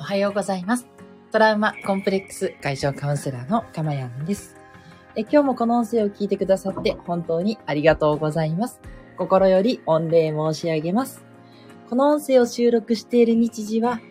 おはようございます。トラウマコンプレックス解消カウンセラーのかまやんです。今日もこの音声を聞いてくださって本当にありがとうございます。心より御礼申し上げます。この音声を収録している日時は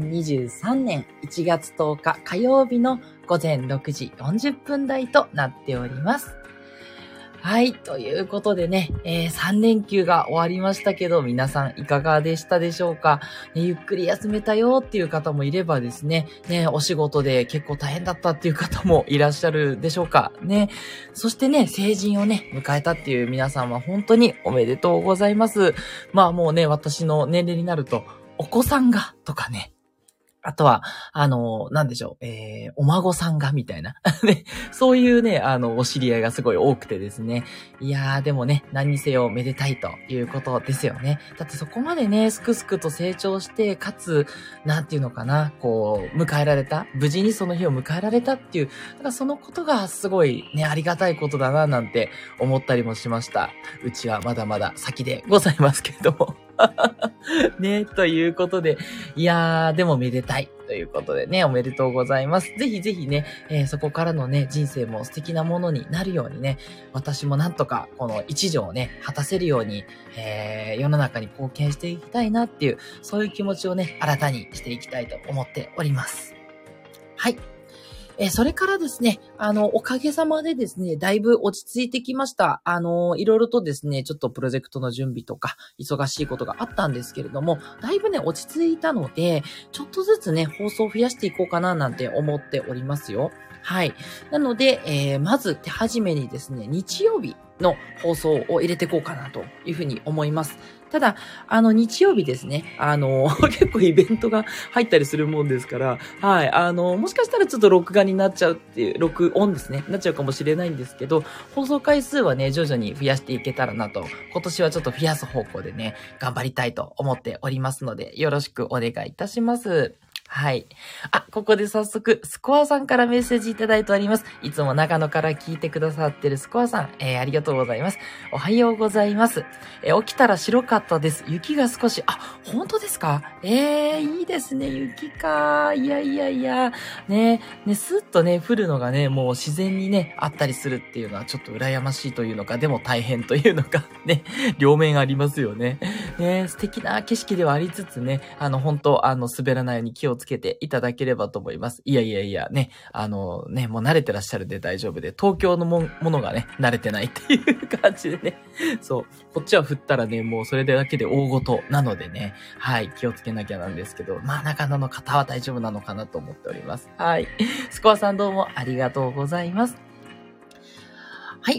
2023年1月10日火曜日の午前6時40分台となっております。はい。ということでね、3連休が終わりましたけど、皆さんいかがでしたでしょうか、ゆっくり休めたよっていう方もいればですね、お仕事で結構大変だったっていう方もいらっしゃるでしょうかね。そしてね、成人をね、迎えたっていう皆さんは本当におめでとうございます。まあもうね、私の年齢になると、お子さんがとかね、あとは、なんでしょう、お孫さんがみたいな。ね、そういうね、お知り合いがすごい多くてですね。いやー、でもね、何にせよめでたいということですよね。だってそこまでね、すくすくと成長して、かつ、なんていうのかな、こう、迎えられた。無事にその日を迎えられたっていう、だからそのことがすごいね、ありがたいことだな、なんて思ったりもしました。うちはまだまだ先でございますけれども。ね、ということで、いやー、でもめでたいということでね、おめでとうございます。ぜひぜひね、そこからのね、人生も素敵なものになるようにね、私もなんとかこの一助をね、果たせるように、世の中に貢献していきたいなっていう、そういう気持ちをね、新たにしていきたいと思っております。はい。それからですね、おかげさまでですね、だいぶ落ち着いてきました。いろいろとですね、ちょっとプロジェクトの準備とか、忙しいことがあったんですけれども、だいぶね、落ち着いたので、ちょっとずつね、放送を増やしていこうかななんて思っておりますよ。はい。なので、まず手始めにですね、日曜日の放送を入れていこうかなというふうに思います。ただ、日曜日ですね、結構イベントが入ったりするもんですから、はい、もしかしたらちょっと録画になっちゃうっていう、録音ですね、なっちゃうかもしれないんですけど、放送回数はね、徐々に増やしていけたらなと、今年はちょっと増やす方向でね、頑張りたいと思っておりますので、よろしくお願いいたします。はい。ここで早速、スコアさんからメッセージいただいております。いつも長野から聞いてくださってるスコアさん、ありがとうございます。おはようございます。起きたら白かったです。雪が少し、本当ですか？いいですね、雪か。いや。ね、スッとね、降るのがね、もう自然にね、あったりするっていうのはちょっと羨ましいというのか、でも大変というのか、ね、両面ありますよね。ね、素敵な景色ではありつつね、本当滑らないように気をつけていただければと思います。いや、ね、もう慣れてらっしゃるで大丈夫で、東京のものがね、慣れてないっていう感じでね、そう、こっちは降ったらね、もうそれだけで大ごとなのでね、はい、気をつけなきゃなんですけど、まあ、長野の方は大丈夫なのかなと思っております。はい。スコアさんどうもありがとうございます。はい、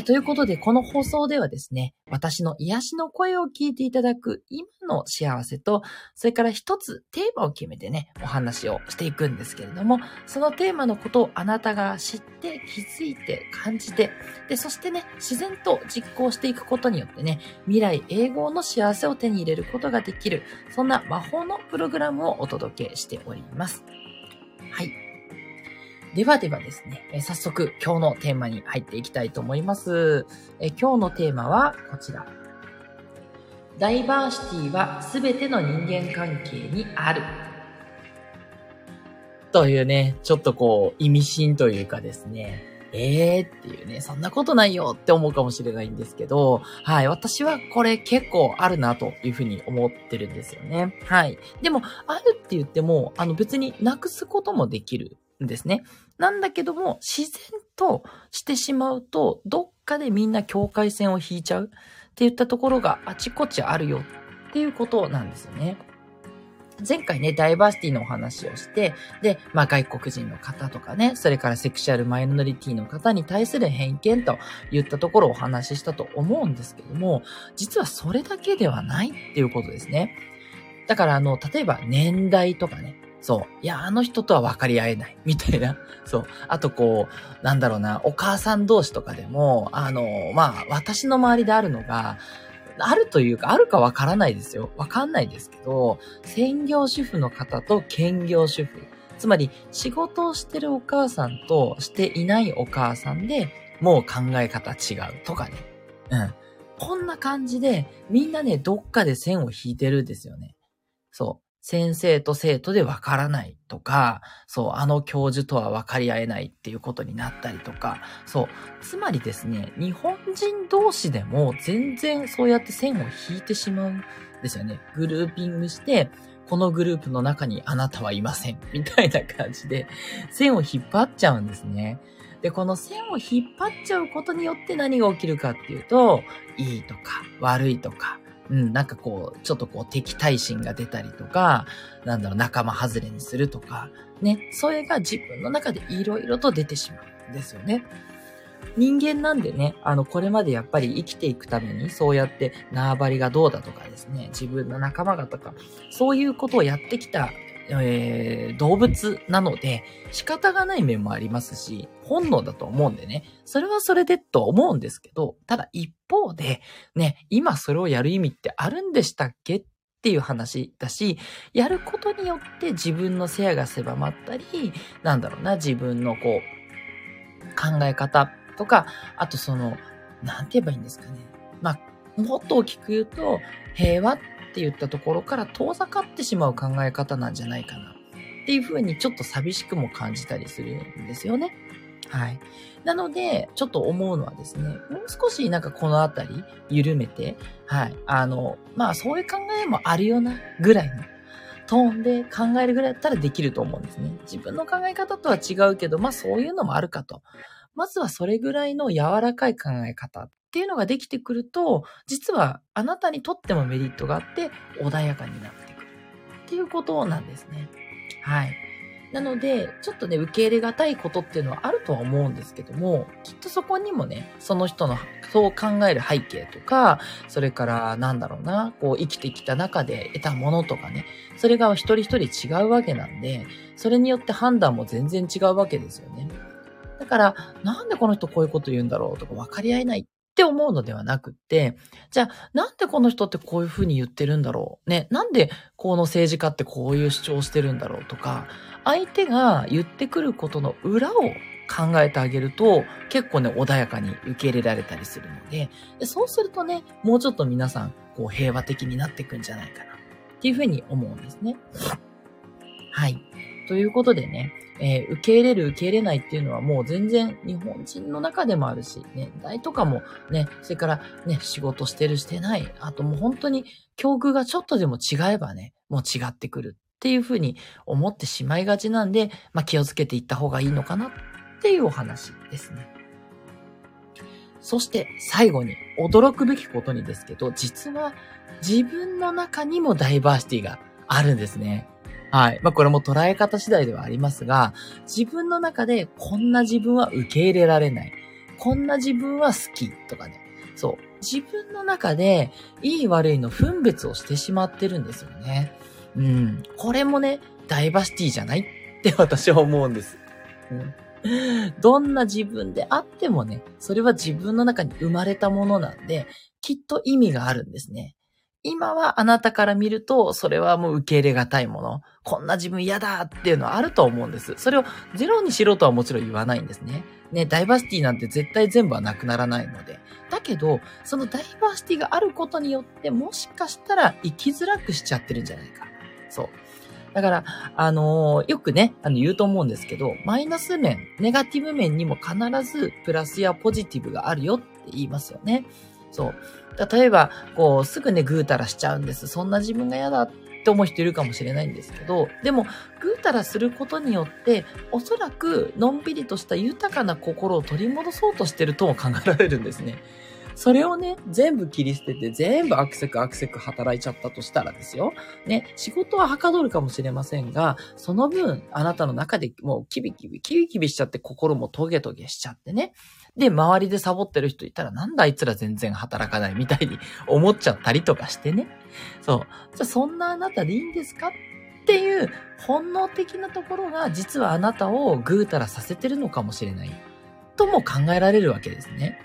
ということで、この放送ではですね、私の癒しの声を聞いていただく今の幸せと、それから一つテーマを決めてね、お話をしていくんですけれども、そのテーマのことをあなたが知って、気づいて、感じて、で、そしてね、自然と実行していくことによってね、未来永劫の幸せを手に入れることができる、そんな魔法のプログラムをお届けしております。はい。ではですね、早速今日のテーマに入っていきたいと思います。今日のテーマはこちら。ダイバーシティはすべての人間関係にある。というね、ちょっとこう意味深というかですね、っていうね、そんなことないよって思うかもしれないんですけど、はい、私はこれ結構あるなというふうに思ってるんですよね。はい。でも、あるって言っても、別になくすこともできるんですね。なんだけども、自然としてしまうと、どっかでみんな境界線を引いちゃうって言ったところがあちこちあるよっていうことなんですよね。前回ね、ダイバーシティのお話をして、で、外国人の方とかね、それからセクシャルマイノリティの方に対する偏見といったところをお話ししたと思うんですけども、実はそれだけではないっていうことですね。だから例えば年代とかね、そう。いや、あの人とは分かり合えない。みたいな。そう。あとお母さん同士とかでも、私の周りであるのが、あるというか、あるかわからないですよ。わかんないですけど、専業主婦の方と兼業主婦。つまり、仕事をしてるお母さんとしていないお母さんで、もう考え方違うとかね。こんな感じで、みんなね、どっかで線を引いてるんですよね。そう。 先生と生徒でわからないとか、そう、あの教授とは分かり合えないっていうことになったりとか、そう、つまりですね、日本人同士でも全然そうやって線を引いてしまうんですよね。グルーピングして、このグループの中にあなたはいません。みたいな感じで、線を引っ張っちゃうんですね。で、この線を引っ張っちゃうことによって何が起きるかっていうと、いいとか悪いとか、なんかこう、ちょっとこう敵対心が出たりとか、仲間外れにするとか、ね、それが自分の中でいろいろと出てしまうんですよね。人間なんでね、これまでやっぱり生きていくために、そうやって縄張りがどうだとかですね、自分の仲間がとか、そういうことをやってきた、動物なので、仕方がない面もありますし、本能だと思うんでね、それはそれでと思うんですけど、ただ一方で、ね、今それをやる意味ってあるんでしたっけっていう話だし、やることによって自分の視野が狭まったり、自分のこう、考え方とか、あとなんて言えばいいんですかね。もっと大きく言うと、平和って言ったところから遠ざかってしまう考え方なんじゃないかな。っていうふうにちょっと寂しくも感じたりするんですよね。はい。なので、ちょっと思うのはですね、もう少しこのあたり緩めて、はい。そういう考えもあるよな、ぐらいのトーンで考えるぐらいだったらできると思うんですね。自分の考え方とは違うけど、そういうのもあるかと。まずはそれぐらいの柔らかい考え方っていうのができてくると、実はあなたにとってもメリットがあって穏やかになってくるっていうことなんですね。はい。なので、ちょっとね、受け入れがたいことっていうのはあるとは思うんですけども、きっとそこにもね、その人のそう考える背景とか、それからこう生きてきた中で得たものとかね、それが一人一人違うわけなんで、それによって判断も全然違うわけですよね。だから、なんでこの人こういうこと言うんだろうとか分かり合えないって思うのではなくって、じゃあ、なんでこの人ってこういうふうに言ってるんだろうね、なんでこの政治家ってこういう主張してるんだろうとか、相手が言ってくることの裏を考えてあげると、結構ね、穏やかに受け入れられたりするので、そうするとね、もうちょっと皆さん、こう平和的になっていくんじゃないかな、っていうふうに思うんですね。はい。ということでね、受け入れる受け入れないっていうのはもう全然日本人の中でもあるし、年代とかもね、それからね、仕事してるしてない、あともう本当に境遇がちょっとでも違えばね、もう違ってくるっていうふうに思ってしまいがちなんで、気をつけていった方がいいのかなっていうお話ですね。そして最後に驚くべきことにですけど、実は自分の中にもダイバーシティがあるんですね。はい。これも捉え方次第ではありますが、自分の中でこんな自分は受け入れられない。こんな自分は好きとかね。そう。自分の中でいい悪いの分別をしてしまってるんですよね。これもね、ダイバーシティじゃないって私は思うんです。どんな自分であってもね、それは自分の中に生まれたものなんで、きっと意味があるんですね。今はあなたから見ると、それはもう受け入れがたいもの。こんな自分嫌だっていうのはあると思うんです。それをゼロにしろとはもちろん言わないんですね。ね、ダイバーシティなんて絶対全部はなくならないので。だけど、そのダイバーシティがあることによって、もしかしたら生きづらくしちゃってるんじゃないか。そう。だから、よくね、言うと思うんですけど、マイナス面、ネガティブ面にも必ずプラスやポジティブがあるよって言いますよね。そう。例えば、すぐね、ぐうたらしちゃうんです。そんな自分が嫌だって思う人いるかもしれないんですけど、でも、ぐうたらすることによって、おそらく、のんびりとした豊かな心を取り戻そうとしてるとも考えられるんですね。それをね、全部切り捨てて、全部アクセク働いちゃったとしたらですよ。ね、仕事ははかどるかもしれませんが、その分、あなたの中でもうキビキビしちゃって心もトゲトゲしちゃってね。で、周りでサボってる人いたら、なんだあいつら全然働かないみたいに思っちゃったりとかしてね。そう。じゃあそんなあなたでいいんですかっていう本能的なところが、実はあなたをぐうたらさせてるのかもしれない。とも考えられるわけですね。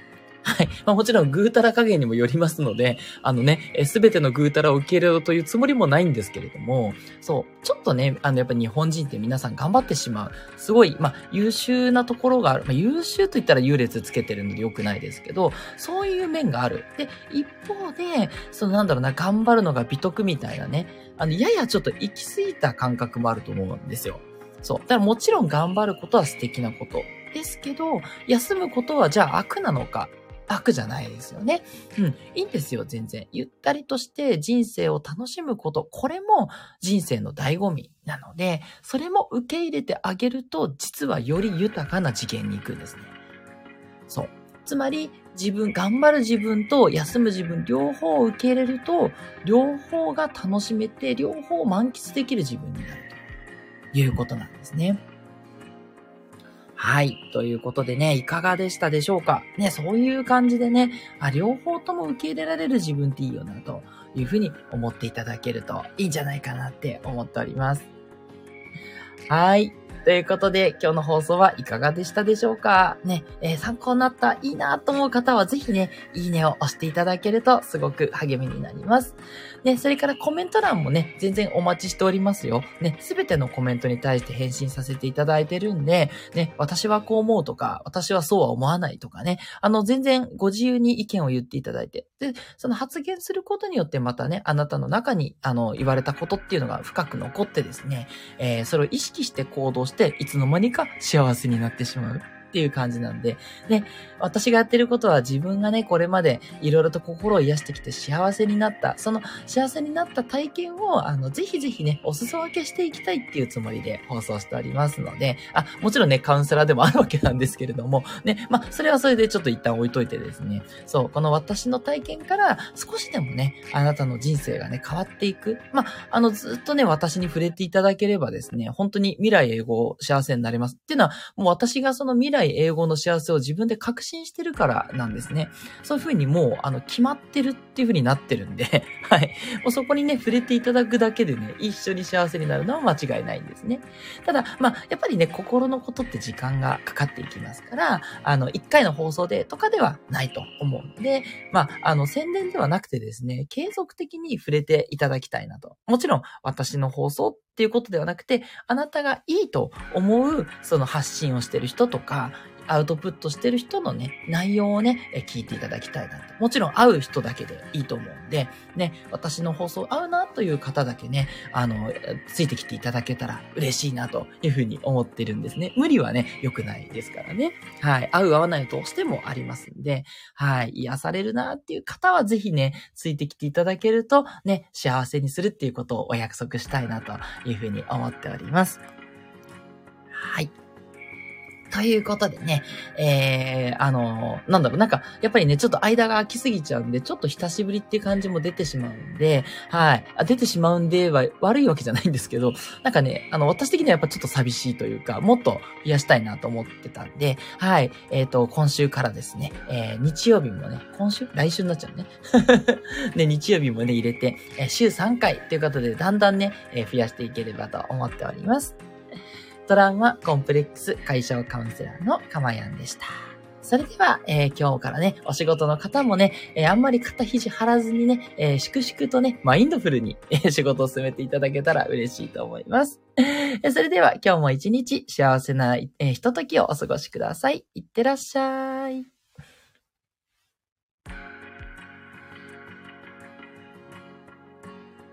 はい。まあもちろんぐうたら加減にもよりますので、すべてのぐうたらを受け入れようというつもりもないんですけれども、そう、ちょっとね、やっぱ日本人って皆さん頑張ってしまう。すごい、優秀なところがある。優秀と言ったら優劣つけてるので良くないですけど、そういう面がある。で、一方で、頑張るのが美徳みたいなね、ややちょっと行き過ぎた感覚もあると思うんですよ。そう。だからもちろん頑張ることは素敵なことですけど、休むことはじゃあ悪なのか。悪じゃないですよね。いいんですよ、全然。ゆったりとして人生を楽しむこと、これも人生の醍醐味なので、それも受け入れてあげると、実はより豊かな次元に行くんですね。そう。つまり、頑張る自分と休む自分、両方を受け入れると、両方が楽しめて、両方満喫できる自分になるということなんですね。はい。ということでね、いかがでしたでしょうかね、そういう感じでね、両方とも受け入れられる自分っていいよな、というふうに思っていただけるといいんじゃないかなって思っております。はい。ということで、今日の放送はいかがでしたでしょうかね、参考になった、いいなと思う方はぜひね、いいねを押していただけるとすごく励みになります。ね、それからコメント欄もね、全然お待ちしておりますよ。ね、すべてのコメントに対して返信させていただいてるんで、ね、私はこう思うとか、私はそうは思わないとかね、全然ご自由に意見を言っていただいて、で、その発言することによってまたね、あなたの中に、言われたことっていうのが深く残ってですね、それを意識して行動して、いつの間にか幸せになってしまうっていう感じなんで、ね、私がやってることは自分がね、これまでいろいろと心を癒してきて幸せになった、その幸せになった体験を、ぜひぜひね、お裾分けしていきたいっていうつもりで放送しておりますので、もちろんね、カウンセラーでもあるわけなんですけれども、ね、それはそれでちょっと一旦置いといてですね、そう、この私の体験から少しでもね、あなたの人生がね、変わっていく。ずっとね、私に触れていただければですね、本当に未来永劫幸せになれます。っていうのは、もう私がその未来永劫の幸せを自分で確信してるからなんですね。そういうふうにもう、決まってるっていうふうになってるんで、はい。もうそこにね、触れていただくだけでね、一緒に幸せになるのは間違いないんですね。ただ、やっぱりね、心のことって時間がかかっていきますから、一回の放送でとかではないと思うんで、宣伝ではなくてですね、継続的に触れていただきたいなと。もちろん、私の放送っていうことではなくて、あなたがいいと思う、その発信をしてる人とか、アウトプットしてる人のね、内容をね、聞いていただきたいなと。もちろん会う人だけでいいと思うんで、ね、私の放送合うなという方だけね、ついてきていただけたら嬉しいなというふうに思ってるんですね。無理はね、良くないですからね。はい。合う合わないとしてもありますんで、はい。癒されるなっていう方はぜひね、ついてきていただけるとね、幸せにするっていうことをお約束したいなというふうに思っております。はい。ということでね、やっぱりね、ちょっと間が空きすぎちゃうんで、ちょっと久しぶりっていう感じも出てしまうんで、はい。出てしまうんでは悪いわけじゃないんですけど、私的にはやっぱちょっと寂しいというか、もっと増やしたいなと思ってたんで、はい。今週からですね、日曜日もね、来週になっちゃうね。で、日曜日もね、入れて、週3回ということで、だんだんね、増やしていければと思っております。トラウマコンプレックス解消カウンセラーのかまやんでした。それでは、今日からね、お仕事の方もね、あんまり肩肘張らずにね、粛々とね、マインドフルに、仕事を進めていただけたら嬉しいと思います。それでは今日も一日幸せな、ひとときをお過ごしください。いってらっしゃい。